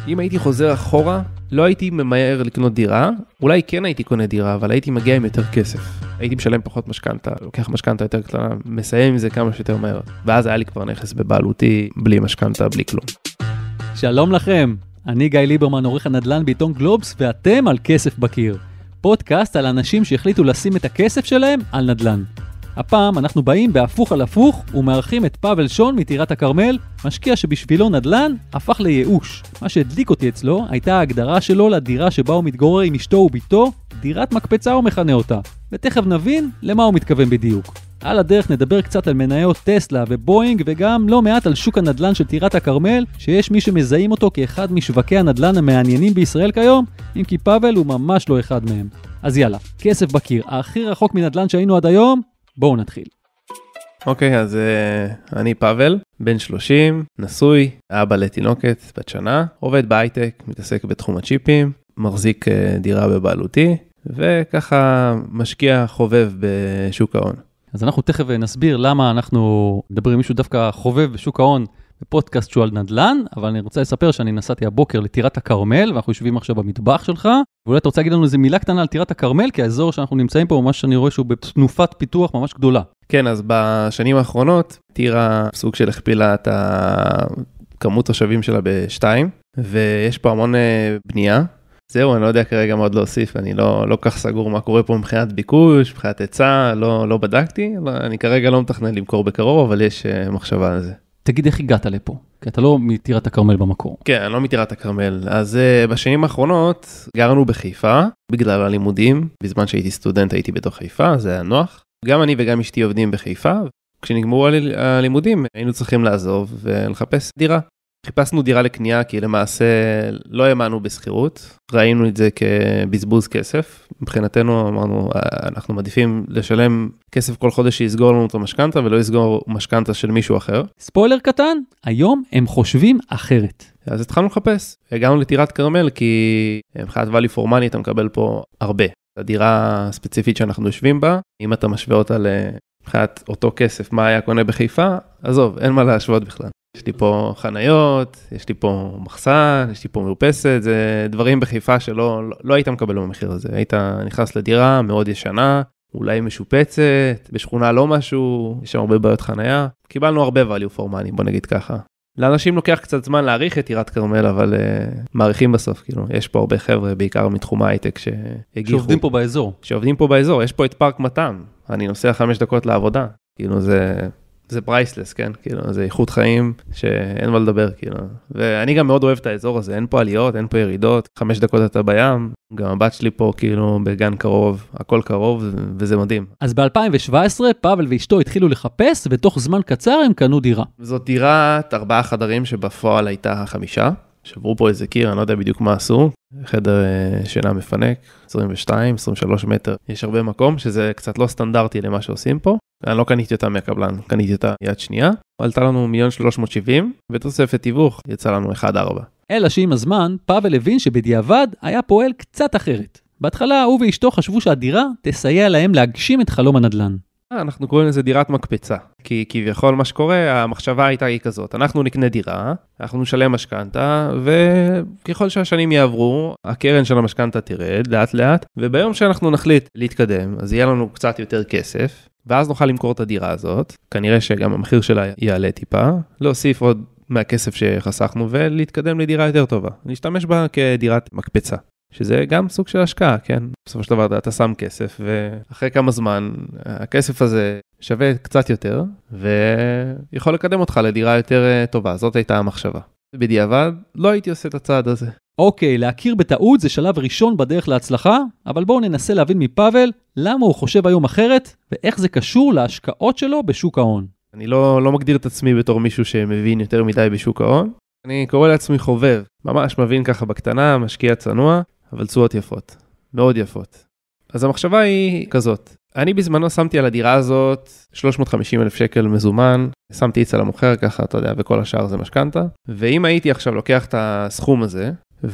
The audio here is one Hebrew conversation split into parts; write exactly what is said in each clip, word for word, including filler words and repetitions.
אם הייתי חוזר אחורה, לא הייתי ממהר לקנות דירה, אולי כן הייתי קונה דירה, אבל הייתי מגיע עם יותר כסף. הייתי משלם פחות משכנתה, לוקח משכנתה יותר קטנה, מסיים עם זה כמה שיותר מהר. ואז היה לי כבר נכס בבעלותי, בלי משכנתה, בלי כלום. שלום לכם, אני גיא ליברמן, עורך הנדל"ן בעיתון גלובס, ואתם על כסף בקיר. פודקאסט על אנשים שהחליטו לשים את הכסף שלהם על נדל"ן. הפעם אנחנו באים בהפוך על הפוך ומארחים את פאבל שון מטירת הכרמל, משקיע שבשבילו נדל"ן הפך לייאוש. מה שהדליק אותי אצלו הייתה ההגדרה שלו לדירה שבה הוא מתגורר עם אשתו וביתו, דירת מקפצה הוא מכנה אותה. ותכף נבין למה הוא מתכוון בדיוק. על הדרך נדבר קצת על מניות טסלה ובואינג וגם לא מעט על שוק הנדל"ן של טירת הכרמל, שיש מי שמזהים אותו כאחד משווקי הנדל"ן המעניינים בישראל כיום, אם כי פאבל הוא ממש לא אחד מהם. אז יאללה, כסף בקיר, הכי רחוק מנדל"ן שהיינו עד היום, בואו נתחיל. אוקיי, אז uh, אני פאבל, בן שלושים, נשוי, אבא לתינוקת, בת שנה, עובד בהייטק, מתעסק בתחום הצ'יפים, מחזיק uh, דירה בבעלותי, וככה משקיע חובב בשוק ההון. אז אנחנו תכף נסביר למה אנחנו מדברים עם מישהו דווקא חובב בשוק ההון, בפודקאסט שהוא על נדל"ן, אבל אני רוצה לספר שאני נסעתי הבוקר לטירת הכרמל, ואנחנו יושבים עכשיו במטבח שלך, ואולי אתה רוצה להגיד לנו איזה מילה קטנה על טירת הכרמל, כי האזור שאנחנו נמצאים פה, ממש אני רואה שהוא בתנופת פיתוח ממש גדולה. כן, אז בשנים האחרונות, טירה סוג של הכפילה את הכמות תושבים שלה בשתיים, ויש פה המון בנייה. זהו, אני לא יודע כרגע מה עוד להוסיף, אני לא, לא כך סגור מה קורה פה מבחינת ביקוש, מבחינת היצע, לא, לא בדקתי, אני כרגע לא מתכנן למכור בקרוב, אבל יש מחשבה על זה. תגיד איך הגעת לפה, כי אתה לא מטירת הכרמל במקור. כן, אני לא מטירת הכרמל. אז uh, בשנים האחרונות גרנו בחיפה, בגלל הלימודים, בזמן שהייתי סטודנט הייתי בתוך חיפה, זה היה נוח. גם אני וגם אשתי עובדים בחיפה, כשנגמרו הלימודים היינו צריכים לעזוב ולחפש דירה. חיפשנו דירה לקנייה כי למעשה לא האמנו בסחירות, ראינו את זה כבזבוז כסף, מבחינתנו אמרנו אנחנו מעדיפים לשלם כסף כל חודש שיסגור לנו את המשכנתה ולא יסגור משכנתה של מישהו אחר. ספוילר קטן, היום הם חושבים אחרת. אז התחלנו לחפש, הגענו לטירת כרמל כי מבחינת value for money אתה מקבל פה הרבה. הדירה הספציפית שאנחנו יושבים בה, אם אתה משווה אותה מבחינת אותו כסף מה היה קונה בחיפה, עזוב, אין מה להשוות בכלל. יש לי פה חניות, יש לי פה מחסן, יש לי פה מרפסת, זה דברים בחיפה שלא לא, לא היית מקבל במחיר הזה. היית נכנס לדירה מאוד ישנה, אולי משופצת, בשכונה לא משהו, יש שם הרבה בעיות חניה. קיבלנו הרבה value for money, בוא נגיד ככה. לאנשים לוקח קצת זמן להעריך את טירת כרמל, אבל uh, מעריכים בסוף, כאילו. יש פה הרבה חבר'ה, בעיקר מתחום ההייטק שהגיחו. שעובדים פה באזור. שעובדים פה באזור, יש פה את פארק מתן. אני נוסע חמש דקות לעבודה. כאילו זה... זה פרייסלס, כן? כאילו, זה איכות חיים שאין מה לדבר, כאילו. ואני גם מאוד אוהב את האזור הזה, אין פה עליות, אין פה ירידות, חמש דקות אתה בים, גם הבת שלי פה כאילו בגן קרוב, הכל קרוב, וזה מדהים. אז ב-אלפיים שבע עשרה פאבל ואשתו התחילו לחפש, ותוך זמן קצר הם קנו דירה. זאת דירת ארבעה חדרים שבפועל הייתה חמישה, שברו פה איזה קיר, אני לא יודע בדיוק מה עשו, חדר שינה מפנק, עשרים ושתיים, עשרים ושלושה מטר, יש הרבה מקום, שזה קצת לא סטנדרטי למה שעושים פה, אני לא קניתי אותה מהקבלן, קניתי אותה יד שנייה, עלתה לנו מיליון שלוש מאות שבעים, ותוספת תיווך יצא לנו אחד ארבע. אלא שעם הזמן, פאבל הבין שבדיעבד היה פועל קצת אחרת. בהתחלה הוא ואשתו חשבו שהדירה תסייע להם להגשים את חלום הנדל"ן. אנחנו קוראים לזה דירת מקפצה, כי כביכול מה שקורה, המחשבה הייתה היא כזאת, אנחנו נקנה דירה, אנחנו נשלם משכנתה, וככל שהשנים יעברו, הקרן של המשכנתה תרד לאט לאט, וביום שאנחנו נחליט להתקדם, אז יהיה לנו קצת יותר כסף, ואז נוכל למכור את הדירה הזאת, כנראה שגם המחיר שלה יעלה טיפה, להוסיף עוד מהכסף שחסכנו, ולהתקדם לדירה יותר טובה, נשתמש בה כדירת מקפצה. שזה גם סוג של השקעה, כן? בסופו של דבר אתה שם כסף, ואחרי כמה זמן הכסף הזה שווה קצת יותר, ויכול לקדם אותך לדירה יותר טובה. זאת הייתה המחשבה. בדיעבד, לא הייתי עושה את הצעד הזה. אוקיי, להכיר בטעות זה שלב ראשון בדרך להצלחה, אבל בואו ננסה להבין מפאבל למה הוא חושב היום אחרת, ואיך זה קשור להשקעות שלו בשוק ההון. אני לא, לא מגדיר את עצמי בתור מישהו שמבין יותר מדי בשוק ההון. אני קורא לעצמי חובב, ממש מבין ככה בקטנה, משקיע צנוע, אבל צועות יפות, מאוד יפות. אז המחשבה היא כזאת, אני בזמנו שמתי על הדירה הזאת שלוש מאות וחמישים אלף שקל מזומן, שמתי אצל המוכר ככה, אתה יודע, וכל השאר זה משכנתה, ואם הייתי עכשיו לוקח את הסכום הזה,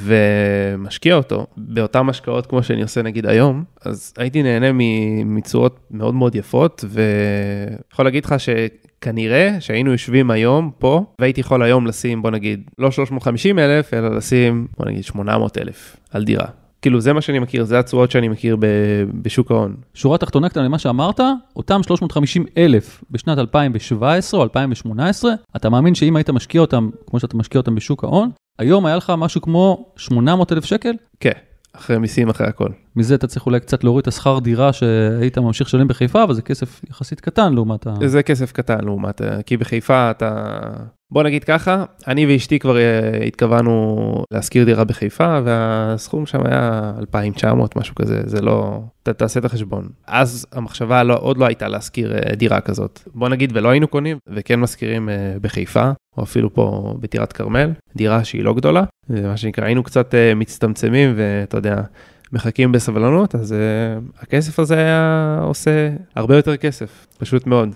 ומשקיע אותו באותן השקעות כמו שאני עושה נגיד היום, אז הייתי נהנה מצועות מאוד מאוד יפות, ויכול להגיד לך ש... כנראה שהיינו יושבים היום פה, והייתי יכול היום לשים, בוא נגיד, לא שלוש מאות וחמישים אלף, אלא לשים, בוא נגיד, שמונה מאות אלף על דירה. כאילו זה מה שאני מכיר, זה הצורות שאני מכיר ב- בשוק ההון. שורה תחתונה קטנה למה שאמרת, אותם שלוש מאות וחמישים אלף בשנת אלפיים שבע עשרה או אלפיים שמונה עשרה, אתה מאמין שאם היית משקיע אותם, כמו שאתה משקיע אותם בשוק ההון, היום היה לך משהו כמו שמונה מאות אלף שקל? כן, אחרי מיסים, אחרי הכל. מזה אתה צריך אולי קצת להוריד את השכר דירה שהיית ממשיך שלם בחיפה, אבל זה כסף יחסית קטן לעומת ה... זה כסף קטן לעומת, כי בחיפה אתה... בוא נגיד ככה, אני ואשתי כבר התכוונו להשכיר דירה בחיפה, והסכום שם היה אלפיים ותשע מאות, משהו כזה, זה לא... ת, תעשה את החשבון. אז המחשבה לא, עוד לא הייתה להשכיר דירה כזאת. בוא נגיד, ולא היינו קונים, וכן משכירים בחיפה, או אפילו פה בטירת קרמל, דירה שהיא לא גדולה, זה מה שנקרא, היינו קצת מצטמצמים, ואתה יודע, מחכים בסבלנות, אז uh, הכסף הזה היה עושה הרבה יותר כסף, פשוט מאוד.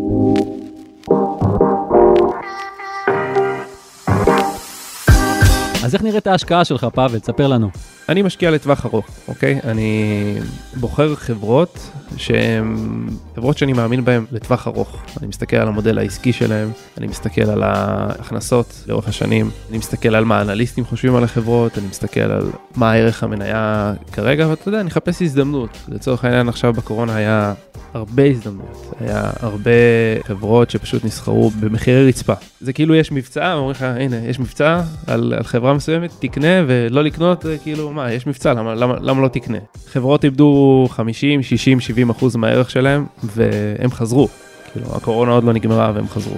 אז איך נראית ההשקעה שלך, פאבל? תספר לנו. אני משקיע לטווח ארוך, אוקיי? אני בוחר חברות שהן חברות שאני מאמין בהן לטווח ארוך. אני מסתכל על המודל העסקי שלהם, אני מסתכל על ההכנסות לאורך השנים, אני מסתכל על מה האנליסטים חושבים על החברות, אני מסתכל על מה הערך המניה כרגע, ואתה יודע, אני אחפש הזדמנות. לצורך העניין עכשיו בקורונה היה הרבה הזדמנות, היה הרבה חברות שפשוט נסחרו במחירי רצפה. זה כאילו יש מבצע, אומרים לך, הנה, יש מבצע על, על חברה מסוימת, תקנה ולא לקנות, כאילו, מה, יש מבצע, למה, למה, למה לא תקנה? חברות איבדו חמישים, שישים, שבעים אחוז מהערך שלהם, והם חזרו. כאילו, הקורונה עוד לא נגמרה והם חזרו.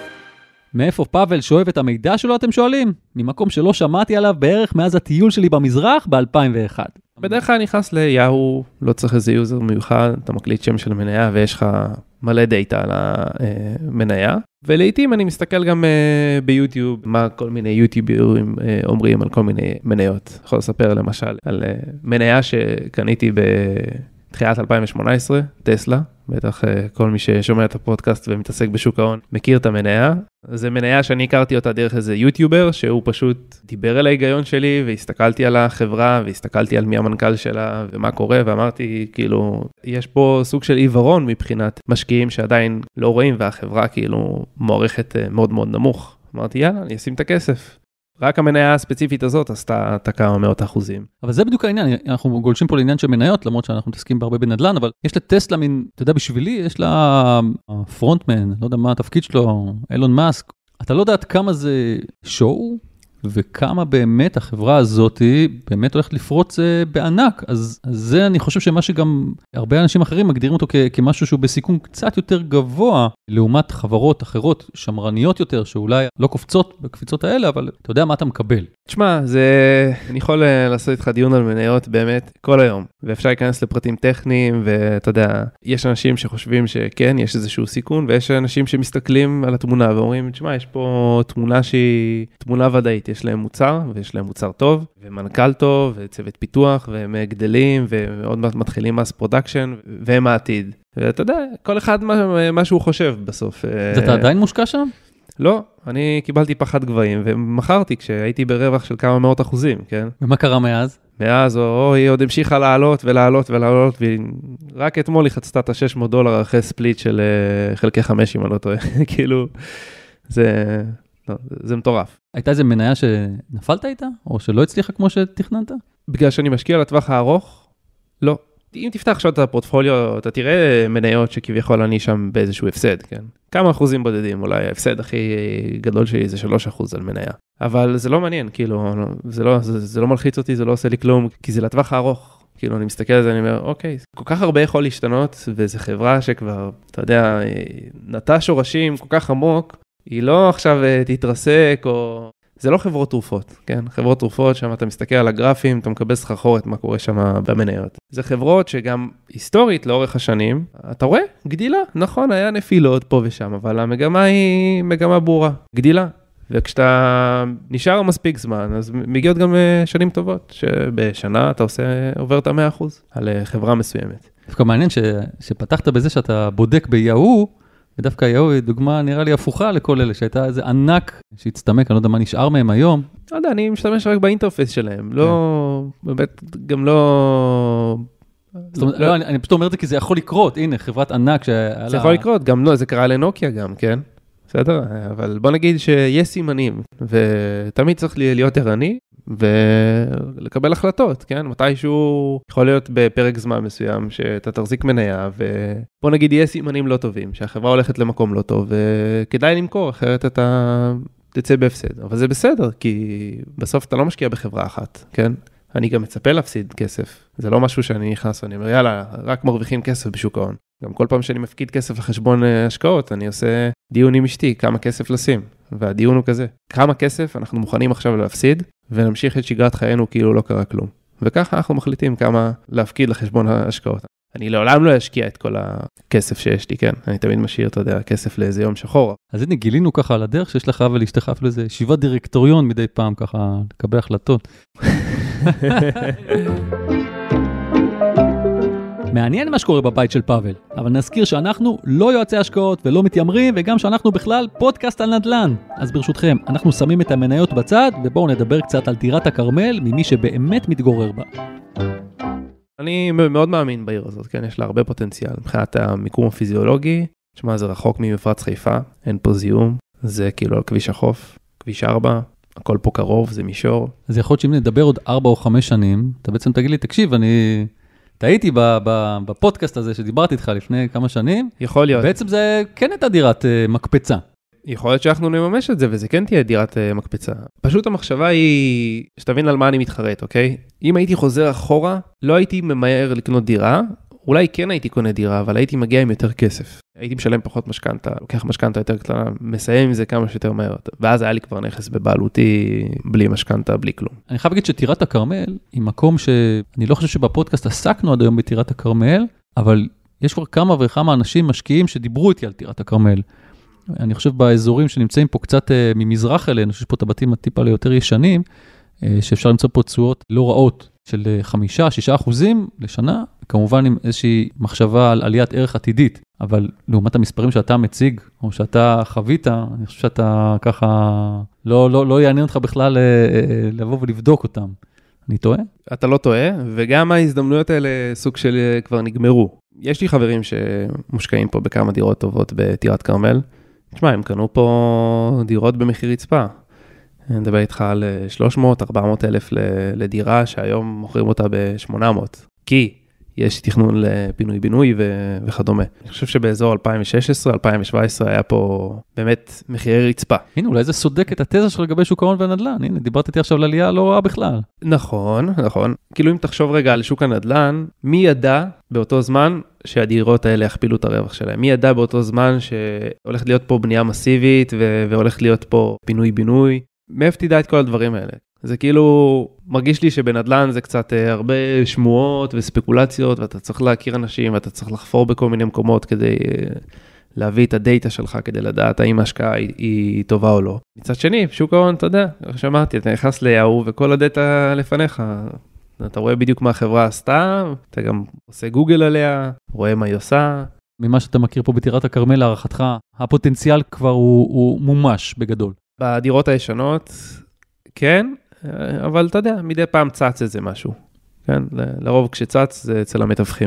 מאיפה פאבל שואב את המידע שלו, אתם שואלים? ממקום שלא שמעתי עליו בערך מאז הטיול שלי במזרח ב-אלפיים ואחת. בדרך כלל נכנס ליהו, לא צריך איזה יוזר מיוחד, אתה מקליט שם של מניה ויש לך מלא דאטה על המניה. ולעיתים אני מסתכל גם ביוטיוב, מה כל מיני יוטיוברים אומרים על כל מיני מניות. יכול לספר למשל על מניה שקניתי בתחילת אלפיים שמונה עשרה, טסלה. בטח כל מי ששומע את הפודקאסט ומתעסק בשוק ההון מכיר את המניה. זה מניה שאני הכרתי אותה דרך איזה יוטיובר, שהוא פשוט דיבר על ההיגיון שלי, והסתכלתי על החברה, והסתכלתי על מי המנכ"ל שלה, ומה קורה, ואמרתי, כאילו, יש פה סוג של עיוורון מבחינת משקיעים שעדיין לא רואים, והחברה כאילו מוערכת מאוד מאוד נמוך. אמרתי, יאללה, אני אשים את הכסף. רק המניה הספציפית הזאת עשתה את כמה מאות אחוזים. אבל זה בדיוק העניין, אנחנו גולשים פה לעניין של מניות, למרות שאנחנו מתעסקים בהרבה בנדל"ן, אבל יש לטסלה מין, אתה יודע, בשבילי, יש לה פרונטמן, לא יודע מה התפקיד שלו, אילון מאסק, אתה לא יודעת כמה זה שואו, וכמה באמת החברה הזאת באמת הולכת לפרוץ בענק. אז, אז זה אני חושב שמה שגם הרבה אנשים אחרים מגדירים אותו כ, כמשהו שהוא בסיכון קצת יותר גבוה, לעומת חברות אחרות שמרניות יותר, שאולי לא קופצות בקפיצות האלה, אבל אתה יודע מה אתה מקבל. תשמע, זה... אני יכול לעשות איתך דיון על מניות באמת כל היום, ואפשר להיכנס לפרטים טכניים, ואתה יודע, יש אנשים שחושבים שכן, יש איזשהו סיכון, ויש אנשים שמסתכלים על התמונה ואומרים, תשמע, יש פה תמונה שהיא תמונה ודאית, יש להם מוצר, ויש להם מוצר טוב, ומנכ"ל טוב, וצוות פיתוח, והם גדלים, ועוד מעט מתחילים מס פרודקשן, והם העתיד. ואתה יודע, כל אחד מה, מה שהוא חושב בסוף. אז אתה עדיין מושקע שם? לא, אני קיבלתי פחד גבוהים, ומחרתי כשהייתי ברווח של כמה מאות אחוזים, כן? ומה קרה מאז? מאז, או, היא עוד המשיכה לעלות ולעלות ולעלות, ורק אתמול היא חצתה את ה-שש מאות דולר אחרי ספליט של חלקי חמש, אם אני לא טועה. כאילו, זה, לא, זה מטורף. הייתה איזה מניה שנפלת איתה? או שלא הצליחה כמו שתכננת? בגלל שאני משקיע לטווח הארוך? לא. אם תפתח עכשיו את הפורטפוליו, אתה תראה מניות שכביכול אני שם באיזשהו הפסד, כן? כמה אחוזים בודדים, אולי ההפסד הכי גדול שלי זה שלוש אחוז על מניה. אבל זה לא מעניין, כאילו, זה לא, זה, זה לא מלחיץ אותי, זה לא עושה לי כלום, כי זה לטווח הארוך. כאילו, אני מסתכל על זה, אני אומר, אוקיי, כל כך הרבה יכול להשתנות, וזו חברה שכבר, אתה יודע, נטה שורשים כל כך עמוק, היא לא עכשיו תתרסק, או... זה לא חברות תרופות, כן? חברות תרופות, שם אתה מסתכל על הגרפים, אתה מקבל סחרחורת מה קורה שם במניות. זה חברות שגם היסטורית לאורך השנים, אתה רואה? גדילה, נכון, היה נפילות פה ושם, אבל המגמה היא מגמה ברורה, גדילה. וכשאתה נשאר מספיק זמן, אז מגיעות גם שנים טובות, שבשנה אתה עושה, עובר את ה-מאה אחוז על חברה מסוימת. דווקא מעניין ש, שפתחת בזה שאתה בודק ביהו, ודווקא יהו היא דוגמה נראה לי הפוכה לכל אלה, שהייתה איזה ענק שהצטמק, אני לא יודע מה נשאר מהם היום. לא יודע, אני משתמש רק באינטרפייס שלהם, לא, באמת, גם לא, זאת אומרת, לא, אני, אני פשוט אומר את זה כי זה יכול לקרות, הנה, חברת ענק שהיה זה יכול לקרות, גם לא, זה קרה לנוקיה גם, כן? בסדר? אבל בוא נגיד שיש סימנים, ותמיד צריך להיות ערני, ולקבל החלטות, כן? מתישהו יכול להיות בפרק זמן מסוים, שאתה תחזיק מניה, ובוא נגיד יש סימנים לא טובים, שהחברה הולכת למקום לא טוב, וכדאי למכור, אחרת אתה תצא בהפסד. אבל זה בסדר, כי בסוף אתה לא משקיע בחברה אחת, כן? אני גם מצפה להפסיד כסף. זה לא משהו שאני נכנס ואני אומר, יאללה, רק מרוויחים כסף בשוק ההון. גם כל פעם שאני מפקיד כסף לחשבון השקעות, אני עושה דיון עם אשתי, כמה כסף לשים. והדיון הוא כזה, כמה כסף אנחנו מוכנים עכשיו להפסיד, ונמשיך את שגרת חיינו כאילו לא קרה כלום. וככה אנחנו מחליטים כמה להפקיד לחשבון ההשקעות. אני לעולם לא אשקיע את כל הכסף שיש לי, כן? אני תמיד משאיר, אתה יודע, כסף לאיזה יום שחור. אז הנה, גילינו ככה על הדרך שיש לך ולאשתך אפילו איזה ישיבת דירקטוריון מדי פעם ככה לקבל החלטות. מעניין מה שקורה בבית של פאבל, אבל נזכיר שאנחנו לא יועצי השקעות ולא מתיימרים, וגם שאנחנו בכלל פודקאסט על נדל"ן. אז ברשותכם, אנחנו שמים את המניות בצד, ובואו נדבר קצת על דירת הכרמל ממי שבאמת מתגורר בה. אני מאוד מאמין בעיר הזאת, כן? יש לה הרבה פוטנציאל. מבחינת המיקום הפיזיולוגי, שמה זה רחוק ממפרץ חיפה, אין פה זיהום, זה כאילו על כביש החוף, כביש ארבע, הכל פה קרוב, זה מישור. אז יכול להיות שאם נדבר עוד ארבע או חמש שנים, אתה בעצם תגיד לי, תקשיב, אני טעיתי בפודקאסט הזה שדיברתי איתך לפני כמה שנים. יכול להיות. בעצם זה כן הייתה דירת מקפצה. יכול להיות שאנחנו נממש את זה, וזה כן תהיה דירת מקפצה. פשוט המחשבה היא, שתבין על מה אני מתחרט, אוקיי? אם הייתי חוזר אחורה, לא הייתי ממהר לקנות דירה, אולי כן הייתי קונה דירה, אבל הייתי מגיע עם יותר כסף. הייתי משלם פחות משכנתה, לוקח משכנתה יותר קטנה, מסיים עם זה כמה שיותר מהר. ואז היה לי כבר נכס בבעלותי, בלי משכנתה, בלי כלום. אני חייב להגיד שטירת הכרמל היא מקום שאני לא חושב שבפודקאסט עסקנו עד היום בטירת הכרמל, אבל יש כבר כמה וכמה אנשים משקיעים שדיברו איתי על טירת הכרמל. אני חושב באזורים שנמצאים פה קצת ממזרח אלינו, שיש פה את הבתים הטיפה ליותר ישנים, שאפשר למצוא פה תשואות לא רעות של חמישה, שישה אחוזים לשנה, כמובן עם איזושהי מחשבה על עליית ערך עתידית, אבל לעומת המספרים שאתה מציג, או שאתה חווית, אני חושב שאתה ככה, לא, לא, לא יעניין אותך בכלל לבוא ולבדוק אותם. אני טועה? אתה לא טועה, וגם ההזדמנויות האלה סוג של כבר נגמרו. יש לי חברים שמושקעים פה בכמה דירות טובות בטירת כרמל. תשמע, הם קנו פה דירות במחיר רצפה. אני מדבר איתך על שלוש מאות ארבע מאות אלף לדירה, שהיום מוכרים אותה ב-שמונה מאות. כי יש תכנון לפינוי בינוי וכדומה. אני חושב שבאזור אלפיים ושש עשרה אלפיים שבע עשרה היה פה באמת מחירי רצפה. הנה, אולי זה סודק את התזה שלך לגבי שוק ההון והנדל"ן. הנה, דיברתי איתי עכשיו על עלייה לא רעה בכלל. נכון, נכון. כאילו אם תחשוב רגע על שוק הנדל"ן, מי ידע באותו זמן שהדירות האלה יכפילו את הרווח שלהם? מי ידע באותו זמן שהולכת להיות פה בנייה מסיבית והולכת להיות פה פינוי בינוי? מאיפה תדע את כל הדברים האלה? זה כאילו, מרגיש לי שבנדל"ן זה קצת הרבה שמועות וספקולציות, ואתה צריך להכיר אנשים, ואתה צריך לחפור בכל מיני מקומות כדי להביא את הדאטה שלך, כדי לדעת האם ההשקעה היא, היא טובה או לא. מצד שני, שוק ההון, אתה יודע, שמעתי, אתה נכנס ליהו, וכל הדאטה לפניך, אתה רואה בדיוק מה החברה עשתה, אתה גם עושה גוגל עליה, רואה מה היא עושה. ממה שאתה מכיר פה בטירת הכרמל, להערכתך, הפוטנציאל כבר הוא, הוא מומש בגדול. בדירות הישנות, כן, אבל אתה יודע, מדי פעם צץ איזה משהו. כן, לרוב כשצץ זה אצל המתווכים.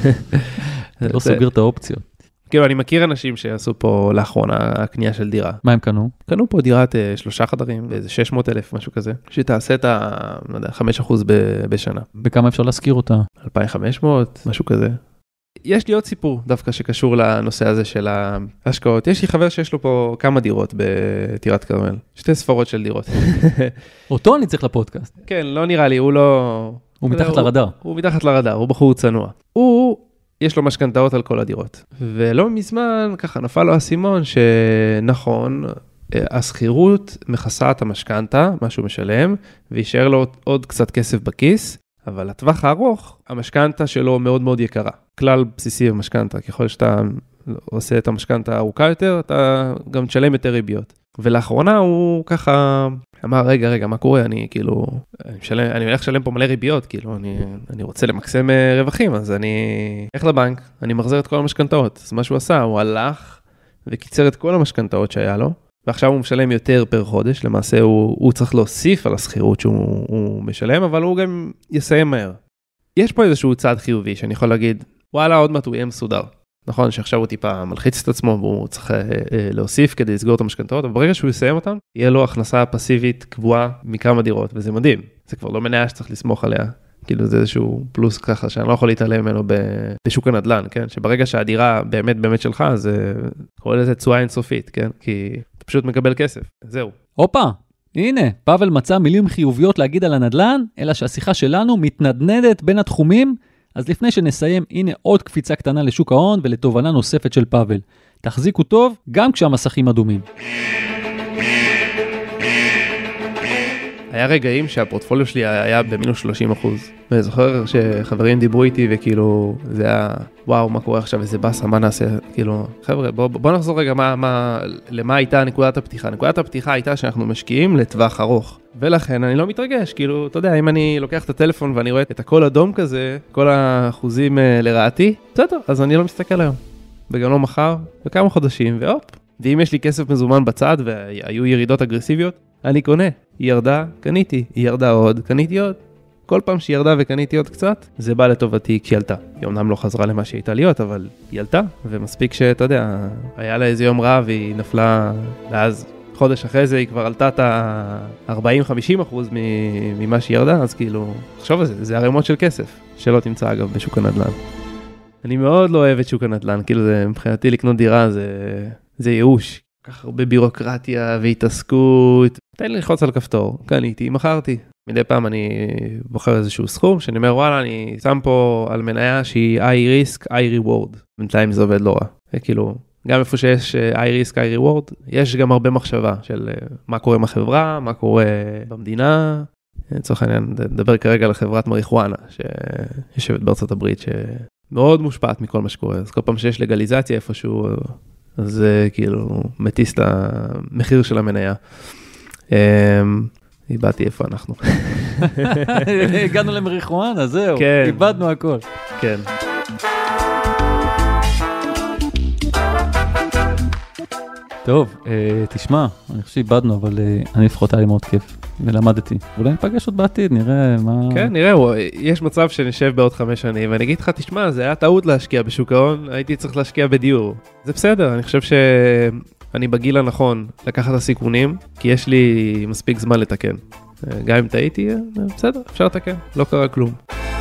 אתה לא סוגר את האופציות. כאילו, אני מכיר אנשים שעשו פה לאחרונה הקנייה של דירה. מה הם קנו? קנו פה דירת שלושה חדרים, באיזה שש מאות אלף, משהו כזה, שתעשה את ה, לא יודע, חמישה אחוז בשנה. בכמה אפשר להזכיר אותה? אלפיים וחמש מאות, משהו כזה. יש לי עוד סיפור דווקא שקשור לנושא הזה של ההשקעות. יש לי חבר שיש לו פה כמה דירות בטירת כרמל. שתי ספרות של דירות. אותו אני צריך לפודקאסט. כן, לא נראה לי, הוא לא... הוא מתחת לרדאר. הוא מתחת לרדאר, הוא בחור צנוע. הוא, יש לו משכנתאות על כל הדירות. ולא מזמן, ככה נפל לו הסימון שנכון, השכירות מכסה את המשכנתה, מה שהוא משלם, וישאר לו עוד קצת כסף בכיס, אבל לטווח הארוך, המשכנתה שלו מאוד מאוד יקרה. כלל בסיסי במשכנתה, ככל שאתה עושה את המשכנתה ארוכה יותר, אתה גם תשלם יותר ריביות. ולאחרונה הוא ככה אמר, רגע, רגע, מה קורה? אני כאילו, אני משלם, אני הולך לשלם פה מלא ריביות, כאילו, אני, אני רוצה למקסם רווחים, אז אני הולך לבנק, אני מחזר את כל המשכנתאות. אז מה שהוא עשה, הוא הלך וקיצר את כל המשכנתאות שהיה לו, ועכשיו הוא משלם יותר פר חודש, למעשה הוא, הוא צריך להוסיף על השכירות שהוא משלם, אבל הוא גם יסיים מהר. יש פה איזשהו צעד חיובי שאני יכול להגיד, וואלה, עוד מעט הוא יהיה מסודר. נכון שעכשיו הוא טיפה מלחיץ את עצמו, והוא צריך אה, אה, להוסיף כדי לסגור את המשכנתאות, אבל ברגע שהוא יסיים אותם, יהיה לו הכנסה פסיבית קבועה מכמה דירות, וזה מדהים. זה כבר לא מניה שצריך לסמוך עליה. כאילו זה איזשהו פלוס ככה, שאני לא יכול להתעלם ממנו בשוק הנדל"ן, כן? שברגע שהדירה באמת באמת שלך, זה קורא לזה תשואה אינסופית, כן? כי אתה פשוט מקבל כסף, זהו. הופה, הנה, פאבל מצא מילים חיוביות להגיד על הנדל"ן, אלא שהשיחה שלנו מתנדנדת בין התחומים, אז לפני שנסיים, הנה עוד קפיצה קטנה לשוק ההון ולתובנה נוספת של פאבל. תחזיקו טוב, גם כשהמסכים אדומים. היה רגעים שהפורטפוליו שלי היה במינוס שלושים אחוז. ואני זוכר שחברים דיברו איתי וכאילו, זה היה, וואו, מה קורה עכשיו, איזה בסה, מה נעשה? כאילו, חבר'ה, בוא, בוא נחזור רגע מה, מה, למה הייתה נקודת הפתיחה. נקודת הפתיחה הייתה שאנחנו משקיעים לטווח ארוך. ולכן אני לא מתרגש, כאילו, אתה יודע, אם אני לוקח את הטלפון ואני רואה את הכל אדום כזה, כל האחוזים לרעתי, בסדר, אז אני לא מסתכל היום. וגם לא מחר, וכמה חודשים, והופ. ואם יש לי כסף מזומן בצד והיו ירידות אגרסיביות, אני קונה. היא ירדה, קניתי. היא ירדה עוד, קניתי עוד. כל פעם שהיא ירדה וקניתי עוד קצת, זה בא לטובתי כי עלתה. היא אומנם לא חזרה למה שהייתה להיות, אבל היא עלתה. ומספיק שאתה יודע, היה לה איזה יום רע והיא נפלה, ואז חודש אחרי זה היא כבר עלתה את ה-ארבעים חמישים אחוז ממה שהיא ירדה, אז כאילו, חשוב על זה, זה הרמות של כסף, שלא תמצא אגב בשוק הנדל"ן. אני מאוד לא אוהב את שוק הנדל"ן, כאילו זה, מבחינתי לקנות דירה זה, זה ייאוש. כך הרבה בירוקרטיה והתעסקות. תן לי ללחוץ על כפתור, קניתי, מכרתי. מדי פעם אני בוחר איזשהו סכום, שאני אומר, וואלה, אני שם פה על מניה שהיא high risk, high reward. בינתיים זה עובד לא רע. וכאילו, גם איפה שיש high risk, high reward, יש גם הרבה מחשבה של מה קורה עם החברה, מה קורה במדינה. לצורך העניין, נדבר כרגע על חברת מריחואנה, שיושבת בארצות הברית, שמאוד מושפעת מכל מה שקורה. אז כל פעם שיש לגליזציה איפשהו, אז זה כאילו מטיס את המחיר של המניה. איבדתי איפה אנחנו. הגענו למריחואנה, זהו. כן. איבדנו הכל. כן. טוב, תשמע, אני חושב שאיבדנו, אבל אני לפחות היה לי מאוד כיף, ולמדתי. אולי נפגש עוד בעתיד, נראה מה... כן, נראה, יש מצב שנשב בעוד חמש שנים, ואני אגיד לך, תשמע, זה היה טעות להשקיע בשוק ההון, הייתי צריך להשקיע בדיור. זה בסדר, אני חושב שאני בגיל הנכון לקחת את הסיכונים, כי יש לי מספיק זמן לתקן. גם אם טעיתי, בסדר, אפשר לתקן, לא קרה כלום.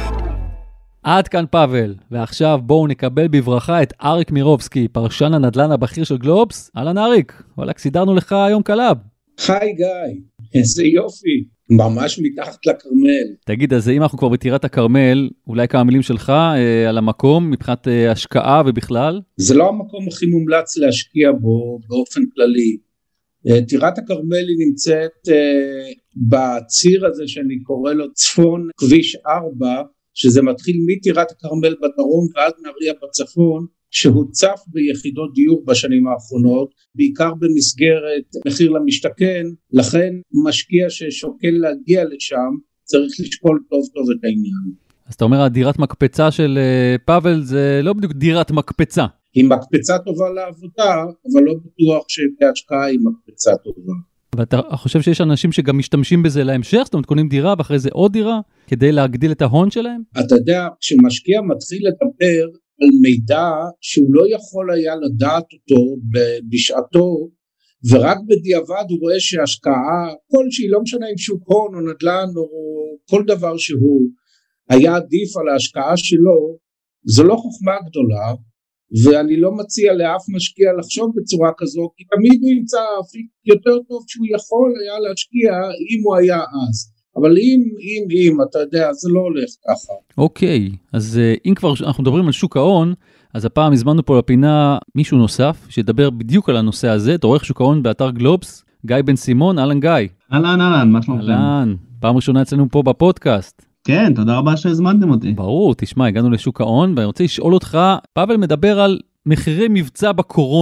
עד כאן פאבל, ועכשיו בואו נקבל בברכה את אריק מירובסקי, פרשן הנדל"ן הבכיר של גלובס. אהלן אריק, וואלק, סידרנו לך היום קלאב. היי גיא, איזה יופי, ממש מתחת לכרמל. תגיד, אז אם אנחנו כבר בטירת הכרמל, אולי כמה מילים שלך אה, על המקום, מבחינת אה, השקעה ובכלל? זה לא המקום הכי מומלץ להשקיע בו באופן כללי. אה, טירת הכרמל היא נמצאת אה, בציר הזה שאני קורא לו צפון כביש ארבע, שזה מתחיל מטירת הכרמל בדרום ועד נהריה בצפון, שהוצף ביחידות דיור בשנים האחרונות, בעיקר במסגרת מחיר למשתכן, לכן משקיע ששוקל להגיע לשם, צריך לשקול טוב טוב את העניין. אז אתה אומר, הדירת מקפצה של פאבל זה לא בדיוק דירת מקפצה. היא מקפצה טובה לעבודה, אבל לא בטוח שבהשקעה היא מקפצה טובה. ואתה חושב שיש אנשים שגם משתמשים בזה להמשך, זאת אומרת, קונים דירה ואחרי זה עוד דירה, כדי להגדיל את ההון שלהם? אתה יודע, כשמשקיע מתחיל לדבר על מידע שהוא לא יכול היה לדעת אותו בשעתו, ורק בדיעבד הוא רואה שהשקעה, כלשהי, לא משנה אם שוק הון או נדל"ן או כל דבר שהוא, היה עדיף על ההשקעה שלו, זו לא חוכמה גדולה, ואני לא מציע לאף משקיע לחשוב בצורה כזו, כי תמיד הוא ימצא אפיק יותר טוב שהוא יכול היה להשקיע אם הוא היה אז. אבל אם, אם, אם, אתה יודע, זה לא הולך ככה. אוקיי, אז אם כבר אנחנו מדברים על שוק ההון, אז הפעם הזמנו פה לפינה מישהו נוסף, שידבר בדיוק על הנושא הזה, את עורך שוק ההון באתר גלובס, גיא בן סימון. אהלן גיא. אהלן, אהלן, מה שלומכם? אהלן, פעם ראשונה אצלנו פה בפודקאסט. כן, תודה רבה שהזמנתם אותי. ברור, תשמע, הגענו לשוק ההון, ואני רוצה לשאול אותך, פאבל מדבר על מחירי מבצע בקורונה.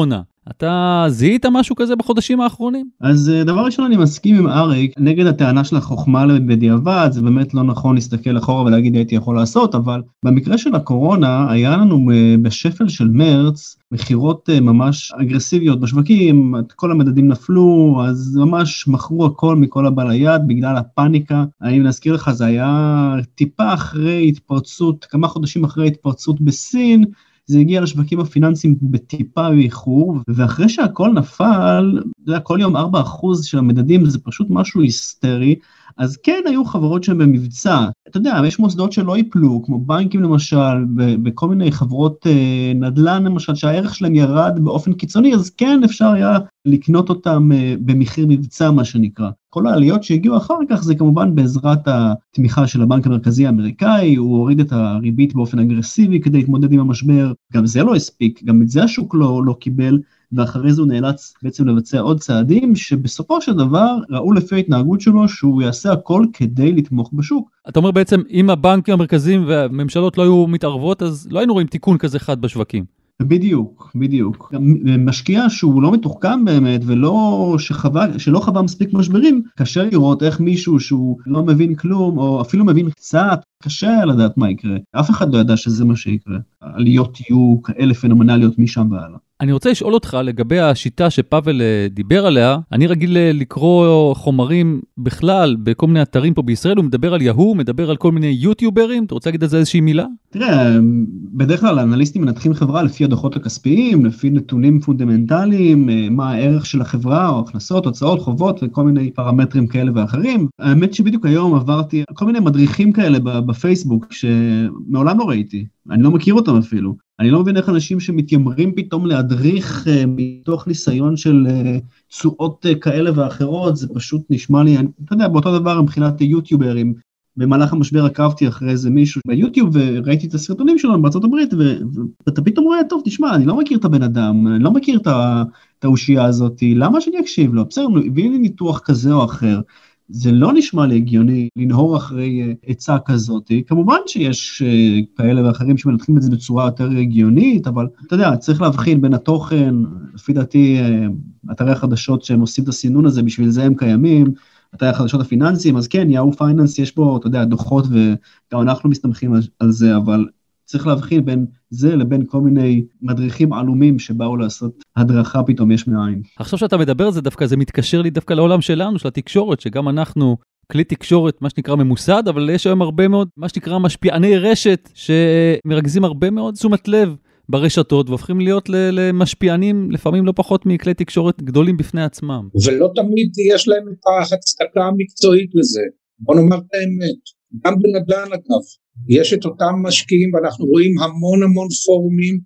אתה זיהית משהו כזה בחודשים האחרונים? אז דבר ראשון אני מסכים עם אריק, נגד הטענה של החוכמה בדיעבד, זה באמת לא נכון להסתכל אחורה ולהגיד הייתי יכול לעשות, אבל במקרה של הקורונה היה לנו בשפל של מרץ, מחירות ממש אגרסיביות בשווקים, כל המדדים נפלו, אז ממש מכרו הכל מכל הבא ליד בגלל הפאניקה. אני נזכיר לך, זה היה טיפה אחרי התפרצות, כמה חודשים אחרי התפרצות בסין, זה הגיע לשווקים הפיננסיים בטיפה באיחור, ואחרי שהכל נפל, זה היה כל יום ארבעה אחוז של המדדים, זה פשוט משהו היסטרי, אז כן היו חברות שהן במבצע, אתה יודע, יש מוסדות שלא ייפלו, כמו בנקים למשל, בכל מיני חברות נדל"ן למשל, שהערך שלהם ירד באופן קיצוני, אז כן אפשר היה לקנות אותם במחיר מבצע, מה שנקרא. כל העליות שהגיעו אחר כך זה כמובן בעזרת התמיכה של הבנק המרכזי האמריקאי, הוא הוריד את הריבית באופן אגרסיבי כדי להתמודד עם המשבר, גם זה לא הספיק, גם את זה השוק לא, לא קיבל, ואחרי זה הוא נאלץ בעצם לבצע עוד צעדים, שבסופו של דבר ראו לפי ההתנהגות שלו שהוא יעשה הכל כדי לתמוך בשוק. אתה אומר בעצם, אם הבנקים המרכזיים והממשלות לא היו מתערבות, אז לא היינו רואים תיקון כזה חד בשווקים. בדיוק, בדיוק. משקיע שהוא לא מתוחכם באמת, ולא שחווה, שלא חווה מספיק משברים, קשה לראות איך מישהו שהוא לא מבין כלום, או אפילו מבין קצת, קשה לדעת מה יקרה. אף אחד לא ידע שזה מה שיקרה. העליות יהיו כאלה פנומנליות משם והלאה. אני רוצה לשאול אותך לגבי השיטה שפאבל דיבר עליה. אני רגיל לקרוא חומרים בכלל בכל מיני אתרים פה בישראל, הוא מדבר על יהו, מדבר על כל מיני יוטיוברים, אתה רוצה להגיד על זה איזושהי מילה? תראה, בדרך כלל האנליסטים מנתחים חברה לפי הדוחות הכספיים, לפי נתונים פונדמנטליים, מה הערך של החברה, או הכנסות, הוצאות, חובות וכל מיני פרמטרים כאלה ואחרים. האמת שבדיוק היום עברתי כל מיני מדריכים כאלה בפייסבוק שמעולם לא ראיתי, אני לא מכיר אותם אפילו. אני לא מבין איך אנשים שמתיימרים פתאום להדריך uh, מתוך ניסיון של uh, תשואות uh, כאלה ואחרות, זה פשוט נשמע לי, אני, אתה יודע, באותו דבר מבחינת יוטיוברים, במהלך המשבר עקבתי אחרי איזה מישהו ביוטיוב, וראיתי את הסרטונים שלו בארצות הברית, ואתה פתאום רואה, טוב, תשמע, אני לא מכיר את הבן אדם, אני לא מכיר את האושייה הזאת, למה שאני אקשיב לו? בסדר, הביא לי ניתוח כזה או אחר, זה לא נשמע לי הגיוני לנהור אחרי עצה כזאת, כמובן שיש כאלה ואחרים שמנתחים את זה בצורה יותר הגיונית, אבל אתה יודע, צריך להבחין בין התוכן, לפי דעתי, אתרי החדשות שהם עושים את הסינון הזה, בשביל זה הם קיימים, אתרי החדשות הפיננסיים, אז כן, יאו פייננס יש פה, אתה יודע, דוחות, וגם אנחנו מסתמכים על זה, אבל צריך להבחין בין זה לבין כל מיני מדריכים עלומים שבאו לעשות הדרכה פתאום יש מאין. עכשיו שאתה מדבר זה דווקא, זה מתקשר לי דווקא לעולם שלנו, של התקשורת, שגם אנחנו כלי תקשורת, מה שנקרא ממוסד, אבל יש היום הרבה מאוד, מה שנקרא משפיעני רשת, שמרכזים הרבה מאוד תשומת לב ברשתות, והופכים להיות למשפיענים, לפעמים לא פחות מכלי תקשורת גדולים בפני עצמם. ולא תמיד יש להם את ההצדקה המקצועית לזה. בוא נאמר את האמת. גם בנדל"ן אגב. יש את אותם משקיעים, ואנחנו רואים המון המון פורומים,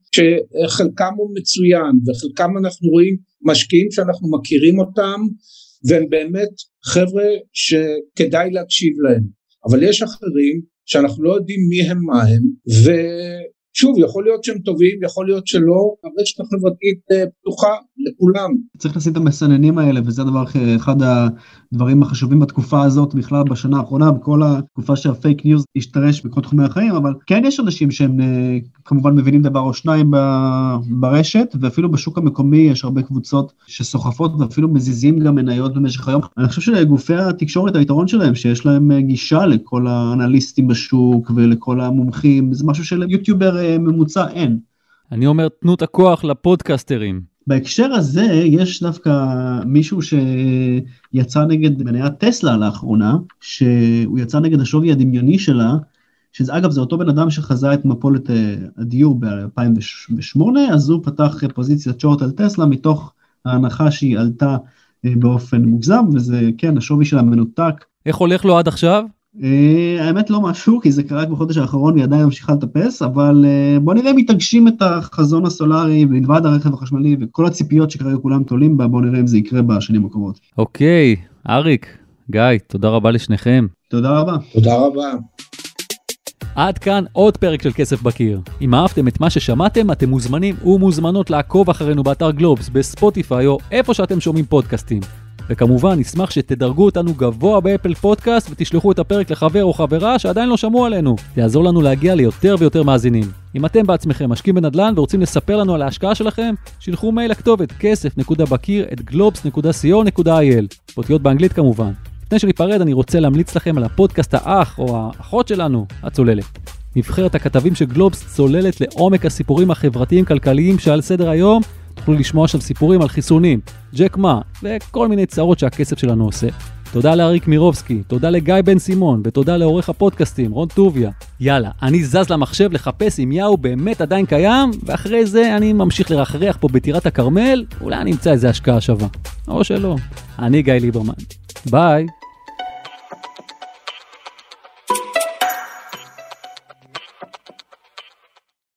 שחלקם הוא מצוין, וחלקם אנחנו רואים משקיעים שאנחנו מכירים אותם, והם באמת חבר'ה שכדאי להקשיב להם. אבל יש אחרים שאנחנו לא יודעים מי הם מה הם, ושוב, יכול להיות שהם טובים, יכול להיות שלא, הרשת החברתית פתוחה לכולם. צריך לשים את המסננים האלה, וזה הדבר, אחד הדברים החשובים בתקופה הזאת, בכלל בשנה האחרונה, בכל התקופה שהפייק ניוז השתרש בכל תחומי החיים, אבל כן יש אנשים שהם כמובן מבינים דבר או שניים ברשת, ואפילו בשוק המקומי יש הרבה קבוצות שסוחפות, ואפילו מזיזים גם מניות במשך היום. אני חושב שלגופי התקשורת, היתרון שלהם, שיש להם גישה לכל האנליסטים בשוק, ולכל המומחים, זה משהו של יוטיובר ממוצע אין. אני אומר, תנו את הכוח לפודקאסטרים. בהקשר הזה, יש דווקא מישהו שיצא נגד מניית טסלה לאחרונה, שהוא יצא נגד השווי הדמיוני שלה, שאגב זה אותו בן אדם שחזה את מפולת הדיור ב-אלפיים ושמונה, אז הוא פתח פוזיציית שורט על טסלה, מתוך ההנחה שהיא עלתה באופן מוגזם, וזה כן, השווי שלה מנותק. איך הולך לו עד עכשיו? האמת לא משהו, כי זה קרה בחודש האחרון והיא עדיין ממשיכה לטפס, אבל בוא נראה אם מתגשים את החזון הסולרי ולבד הרכב החשמלי וכל הציפיות שכרגע כולם תולים בה, בוא נראה אם זה יקרה בשנים הקרובות. אוקיי, אריק, גיא, תודה רבה לשניכם. תודה רבה. תודה רבה. עד כאן עוד פרק של כסף בקיר. אם אהבתם את מה ששמעתם, אתם מוזמנים ומוזמנות לעקוב אחרינו באתר גלובס, בספוטיפיי או איפה שאתם שומעים פודקאסטים. וכמובן, נשמח שתדרגו אותנו גבוה באפל פודקאסט ותשלחו את הפרק לחבר או חברה שעדיין לא שמעו עלינו. יעזור לנו להגיע ליותר ויותר מאזינים. אם אתם בעצמכם משקיעים בנדל"ן ורוצים לספר לנו על ההשקעה שלכם, שילחו מייל לכתובת כסף נקודה בקיר את גלובס נקודה סי או נקודה איי אל. אותיות באנגלית כמובן. לפני שניפרד, אני רוצה להמליץ לכם על הפודקאסט האח או האחות שלנו, הצוללת. נבחרת הכתבים של גלובס צוללת לעומק הסיפורים החברתיים-כלכליים שעל סדר היום. תוכלו לשמוע שם סיפורים על חיסונים, ג'ק מה, וכל מיני צרות שהכסף שלנו עושה. תודה לאריק מירובסקי, תודה לגיא בן סימון, ותודה לעורך הפודקאסטים, רון טוביה. יאללה, אני זז למחשב לחפש אם יאו באמת עדיין קיים, ואחרי זה אני ממשיך לרחרח פה בטירת הכרמל, אולי אני אמצא איזה השקעה שווה. או שלא. אני גיא ליברמן. ביי.